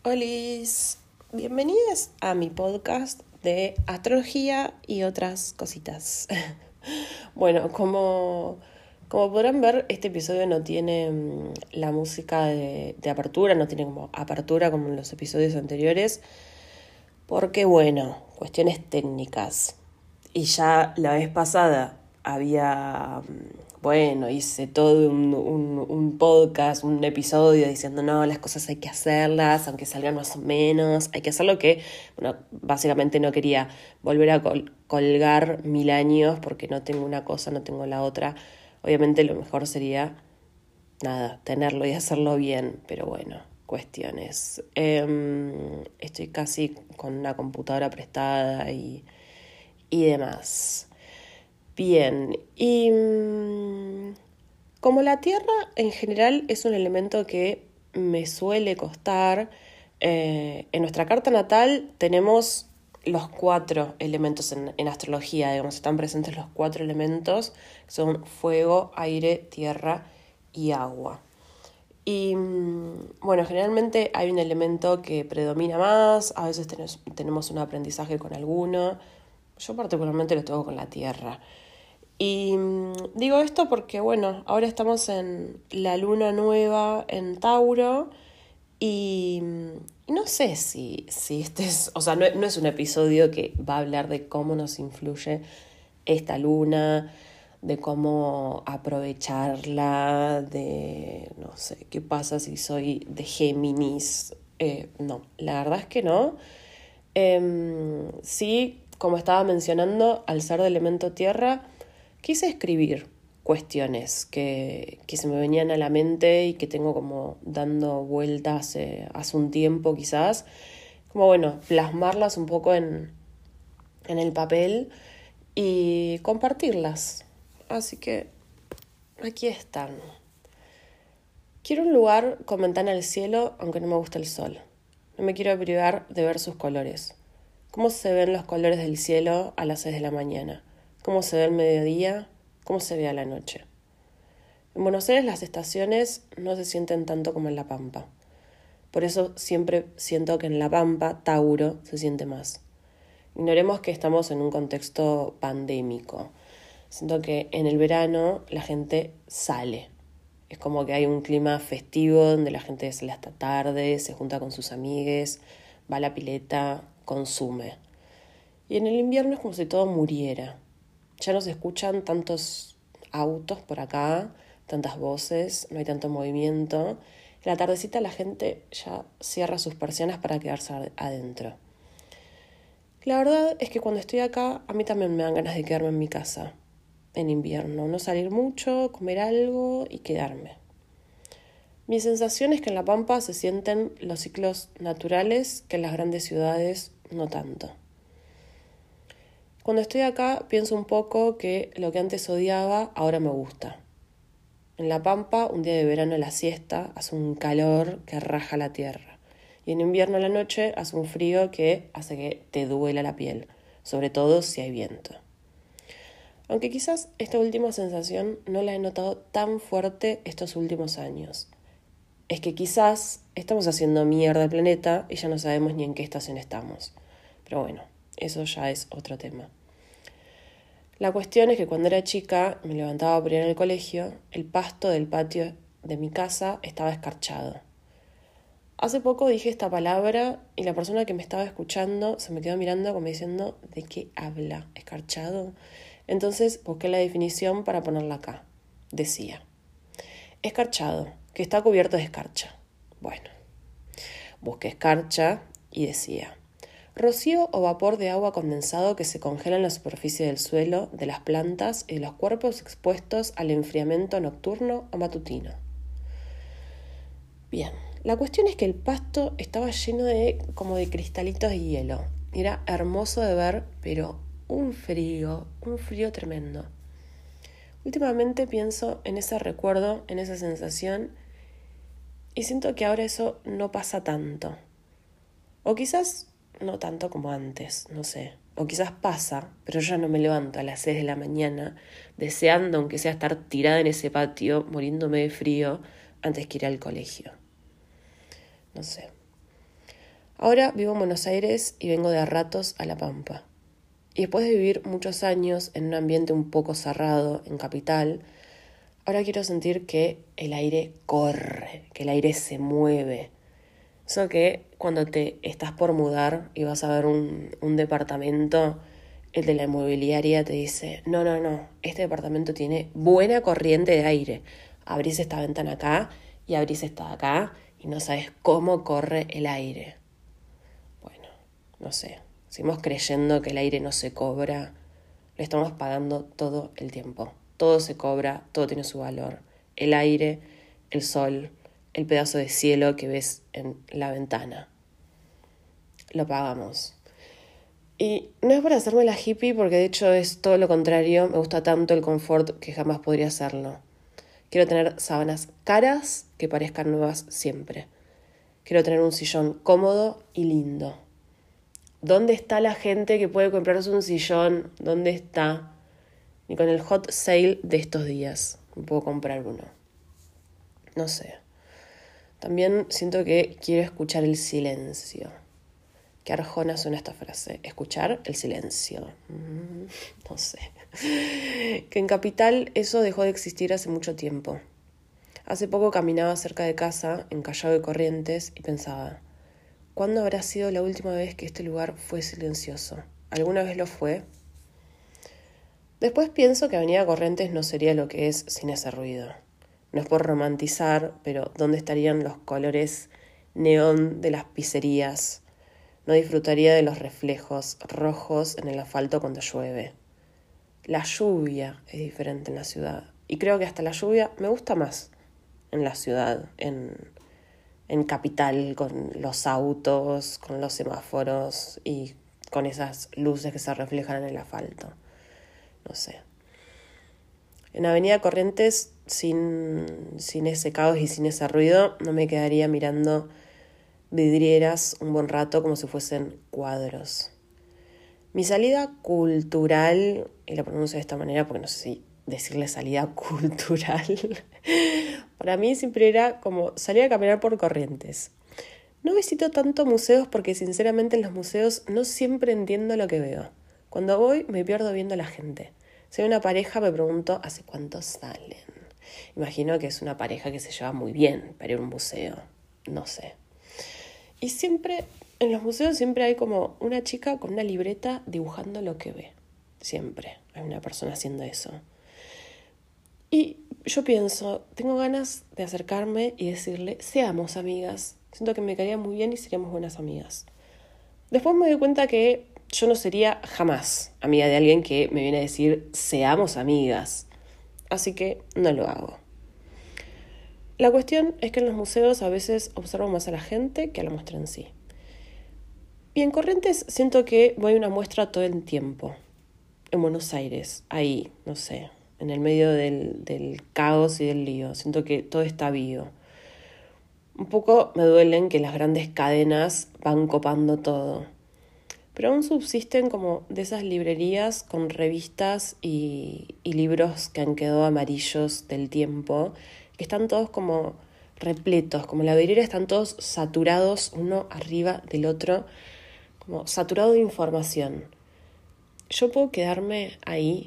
Olis, bienvenidos a mi podcast de astrología y otras cositas. Bueno, como podrán ver, este episodio no tiene la música de apertura, no tiene como apertura como en los episodios anteriores, porque bueno, cuestiones técnicas. Y ya la vez pasada hice todo un podcast, un episodio diciendo no, las cosas hay que hacerlas, aunque salgan más o menos, hay que hacer lo que, bueno, básicamente no quería volver a colgar 1000 años porque no tengo una cosa, no tengo la otra. Obviamente lo mejor sería, nada, tenerlo y hacerlo bien, pero bueno, cuestiones. Estoy casi con una computadora prestada y demás. Bien, y como la Tierra en general es un elemento que me suele costar, en nuestra carta natal tenemos los 4 elementos en astrología, digamos, están presentes los 4 elementos, que son fuego, aire, tierra y agua. Y bueno, generalmente hay un elemento que predomina más, a veces tenemos un aprendizaje con alguno. Yo particularmente lo tengo con la tierra. Y digo esto porque, bueno, ahora estamos en la luna nueva en Tauro y no sé si este es, o sea, no es un episodio que va a hablar de cómo nos influye esta luna, de cómo aprovecharla, de, no sé, qué pasa si soy de Géminis. No, la verdad es que no. Sí, como estaba mencionando, al ser de elemento tierra, quise escribir cuestiones que se me venían a la mente y que tengo como dando vueltas hace un tiempo quizás. Como bueno, plasmarlas un poco en el papel y compartirlas. Así que aquí están. Quiero un lugar con ventana al cielo, aunque no me guste el sol. No me quiero privar de ver sus colores. ¿Cómo se ven los colores del cielo a las 6 de la mañana? ¿Cómo se ve el mediodía? ¿Cómo se ve a la noche? En Buenos Aires las estaciones no se sienten tanto como en La Pampa. Por eso siempre siento que en La Pampa, Tauro, se siente más. Ignoremos que estamos en un contexto pandémico. Siento que en el verano la gente sale. Es como que hay un clima festivo donde la gente sale hasta tarde, se junta con sus amigues, va a la pileta, consume. Y en el invierno es como si todo muriera. Ya no se escuchan tantos autos por acá, tantas voces, no hay tanto movimiento. En la tardecita la gente ya cierra sus persianas para quedarse adentro. La verdad es que cuando estoy acá, a mí también me dan ganas de quedarme en mi casa, en invierno, no salir mucho, comer algo y quedarme. Mi sensación es que en La Pampa se sienten los ciclos naturales que en las grandes ciudades no tanto. Cuando estoy acá pienso un poco que lo que antes odiaba ahora me gusta. En La Pampa, un día de verano a la siesta hace un calor que raja la tierra. Y en invierno a la noche hace un frío que hace que te duela la piel, sobre todo si hay viento. Aunque quizás esta última sensación no la he notado tan fuerte estos últimos años. Es que quizás estamos haciendo mierda al planeta y ya no sabemos ni en qué estación estamos. Pero bueno, eso ya es otro tema. La cuestión es que cuando era chica, me levantaba por ir al colegio, el pasto del patio de mi casa estaba escarchado. Hace poco dije esta palabra y la persona que me estaba escuchando se me quedó mirando como diciendo ¿de qué habla? ¿Escarchado? Entonces busqué la definición para ponerla acá. Decía, escarchado, que está cubierto de escarcha. Bueno, busqué escarcha y decía, rocío o vapor de agua condensado que se congela en la superficie del suelo, de las plantas y de los cuerpos expuestos al enfriamiento nocturno o matutino. Bien, la cuestión es que el pasto estaba lleno como de cristalitos de hielo. Era hermoso de ver, pero un frío tremendo. Últimamente pienso en ese recuerdo, en esa sensación, y siento que ahora eso no pasa tanto. O quizás no tanto como antes, no sé. O quizás pasa, pero yo ya no me levanto a las 6 de la mañana deseando, aunque sea estar tirada en ese patio, muriéndome de frío, antes que ir al colegio. No sé. Ahora vivo en Buenos Aires y vengo de a ratos a La Pampa. Y después de vivir muchos años en un ambiente un poco cerrado en Capital, ahora quiero sentir que el aire corre, que el aire se mueve. Eso que cuando te estás por mudar y vas a ver un departamento, el de la inmobiliaria te dice, no, este departamento tiene buena corriente de aire. Abrís esta ventana acá y abrís esta de acá y no sabes cómo corre el aire. Bueno, no sé. Seguimos creyendo que el aire no se cobra. Le estamos pagando todo el tiempo. Todo se cobra, todo tiene su valor. El aire, el sol, el pedazo de cielo que ves en la ventana. Lo pagamos. Y no es para hacerme la hippie porque de hecho es todo lo contrario. Me gusta tanto el confort que jamás podría hacerlo. Quiero tener sábanas caras que parezcan nuevas siempre. Quiero tener un sillón cómodo y lindo. ¿Dónde está la gente que puede comprarse un sillón? ¿Dónde está? Ni con el hot sale de estos días me puedo comprar uno. No sé. También siento que quiero escuchar el silencio. Qué arjona suena esta frase. Escuchar el silencio. No sé. Que en Capital eso dejó de existir hace mucho tiempo. Hace poco caminaba cerca de casa, en Callao de Corrientes, y pensaba, ¿cuándo habrá sido la última vez que este lugar fue silencioso? ¿Alguna vez lo fue? Después pienso que Avenida Corrientes no sería lo que es sin ese ruido. No es por romantizar, pero ¿dónde estarían los colores neón de las pizzerías? No disfrutaría de los reflejos rojos en el asfalto cuando llueve. La lluvia es diferente en la ciudad. Y creo que hasta la lluvia me gusta más en la ciudad, en Capital, con los autos, con los semáforos y con esas luces que se reflejan en el asfalto. No sé. En Avenida Corrientes, sin ese caos y sin ese ruido, no me quedaría mirando vidrieras un buen rato como si fuesen cuadros. Mi salida cultural, y la pronuncio de esta manera porque no sé si decirle salida cultural, para mí siempre era como salir a caminar por Corrientes. No visito tanto museos porque sinceramente en los museos no siempre entiendo lo que veo. Cuando voy me pierdo viendo a la gente. Si hay una pareja me pregunto ¿hace cuánto salen? Imagino que es una pareja que se lleva muy bien para ir a un museo. No sé. Y siempre, en los museos siempre hay como una chica con una libreta dibujando lo que ve. Siempre hay una persona haciendo eso. Y yo pienso, tengo ganas de acercarme y decirle, seamos amigas. Siento que me caería muy bien y seríamos buenas amigas. Después me doy cuenta que yo no sería jamás amiga de alguien que me viene a decir, seamos amigas. Así que no lo hago. La cuestión es que en los museos a veces observo más a la gente que a la muestra en sí. Y en Corrientes siento que voy a una muestra todo el tiempo. En Buenos Aires, ahí, no sé, en el medio del caos y del lío. Siento que todo está vivo. Un poco me duelen que las grandes cadenas van copando todo. Pero aún subsisten como de esas librerías con revistas y libros que han quedado amarillos del tiempo, que están todos como repletos, como la vidriera están todos saturados uno arriba del otro, como saturado de información. Yo puedo quedarme ahí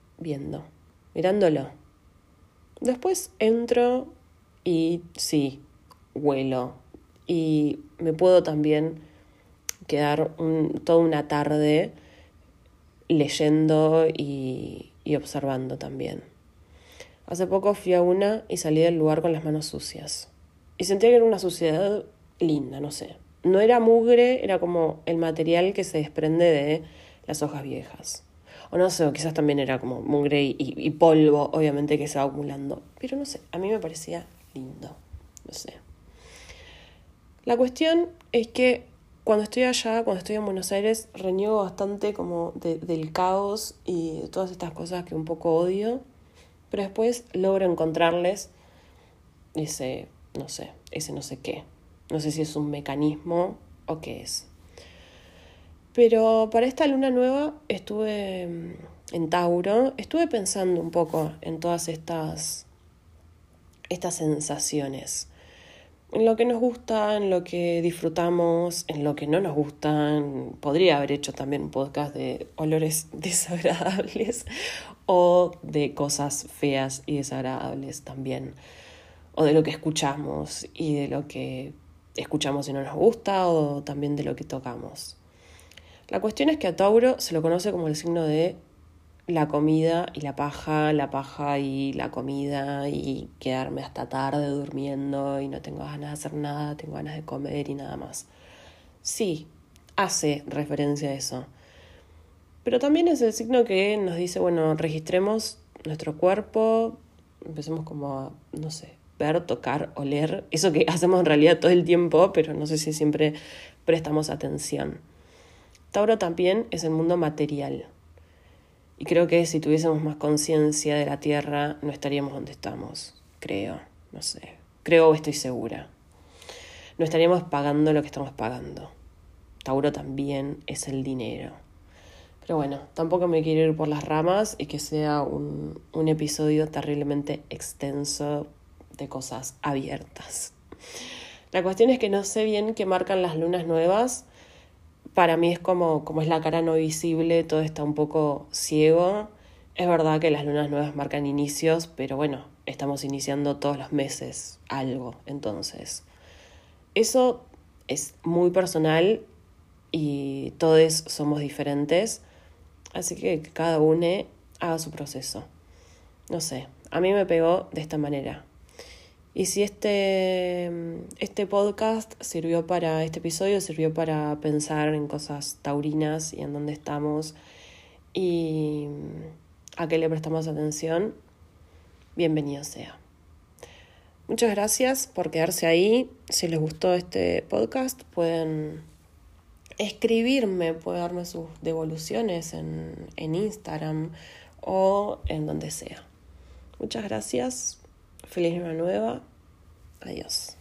mirándolo. Después entro y sí, huelo. Y me puedo también quedar toda una tarde leyendo y observando también. Hace poco fui a una y salí del lugar con las manos sucias. Y sentía que era una suciedad linda, no sé. No era mugre, era como el material que se desprende de las hojas viejas. O no sé, o quizás también era como mugre y polvo, obviamente, que se va acumulando. Pero no sé, a mí me parecía lindo, no sé. La cuestión es que cuando estoy allá, cuando estoy en Buenos Aires, reniego bastante como del caos y de todas estas cosas que un poco odio. Pero después logro encontrarles ese no sé qué. No sé si es un mecanismo o qué es. Pero para esta luna nueva estuve en Tauro, estuve pensando un poco en todas estas sensaciones. en lo que nos gusta, en lo que disfrutamos, en lo que no nos gusta. Podría haber hecho también un podcast de olores desagradables o de cosas feas y desagradables también. O de lo que escuchamos y de lo que escuchamos y no nos gusta, o también de lo que tocamos. La cuestión es que a Tauro se lo conoce como el signo de la comida y la paja y la comida y quedarme hasta tarde durmiendo y no tengo ganas de hacer nada, tengo ganas de comer y nada más. Sí, hace referencia a eso. Pero también es el signo que nos dice, bueno, registremos nuestro cuerpo, empecemos como a, no sé, ver, tocar, oler, eso que hacemos en realidad todo el tiempo, pero no sé si siempre prestamos atención. Tauro también es el mundo material. Y creo que si tuviésemos más conciencia de la Tierra, no estaríamos donde estamos. Creo, no sé. Creo o estoy segura. No estaríamos pagando lo que estamos pagando. Tauro también es el dinero. Pero bueno, tampoco me quiero ir por las ramas y que sea un episodio terriblemente extenso de cosas abiertas. La cuestión es que no sé bien qué marcan las lunas nuevas. Para mí es como es la cara no visible, todo está un poco ciego. Es verdad que las lunas nuevas marcan inicios, pero bueno, estamos iniciando todos los meses algo, entonces. Eso es muy personal y todos somos diferentes, así que cada uno haga su proceso. No sé, a mí me pegó de esta manera. Y si este podcast este episodio sirvió para pensar en cosas taurinas y en dónde estamos y a qué le prestamos atención, bienvenido sea. Muchas gracias por quedarse ahí. Si les gustó este podcast, pueden escribirme, pueden darme sus devoluciones en Instagram o en donde sea. Muchas gracias. Feliz Luna Nueva. Adiós.